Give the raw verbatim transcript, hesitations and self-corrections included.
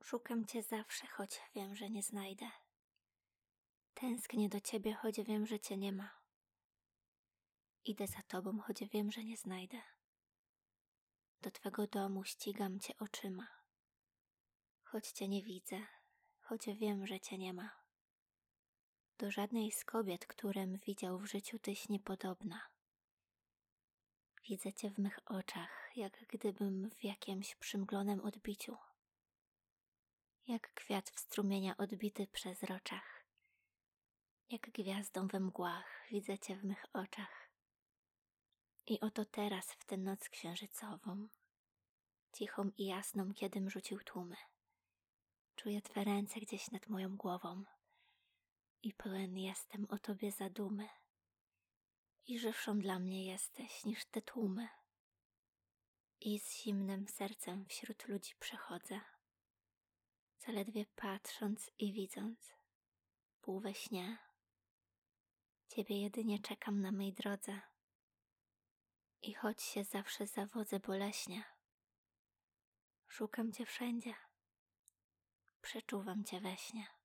Szukam cię zawsze, choć wiem, że nie znajdę. Tęsknię do ciebie, choć wiem, że cię nie ma. Idę za tobą, choć wiem, że nie znajdę. Do twego domu ścigam cię oczyma. Choć cię nie widzę, choć wiem, że cię nie ma. Do żadnej z kobiet, którym widział w życiu, tyś niepodobna. Widzę cię w mych oczach, jak gdybym w jakimś przymglonym odbiciu. Jak kwiat w strumienia odbity przez roczach. Jak gwiazdą we mgłach widzę cię w mych oczach. I oto teraz w tę noc księżycową, cichą i jasną, kiedym rzucił tłumy, czuję twe ręce gdzieś nad moją głową i pełen jestem o tobie zadumy. I żywszą dla mnie jesteś niż te tłumy. I z zimnym sercem wśród ludzi przechodzę, zaledwie patrząc i widząc, pół we śnie, ciebie jedynie czekam na mej drodze. I choć się zawsze zawodzę boleśnie, szukam cię wszędzie, przeczuwam cię we śnie.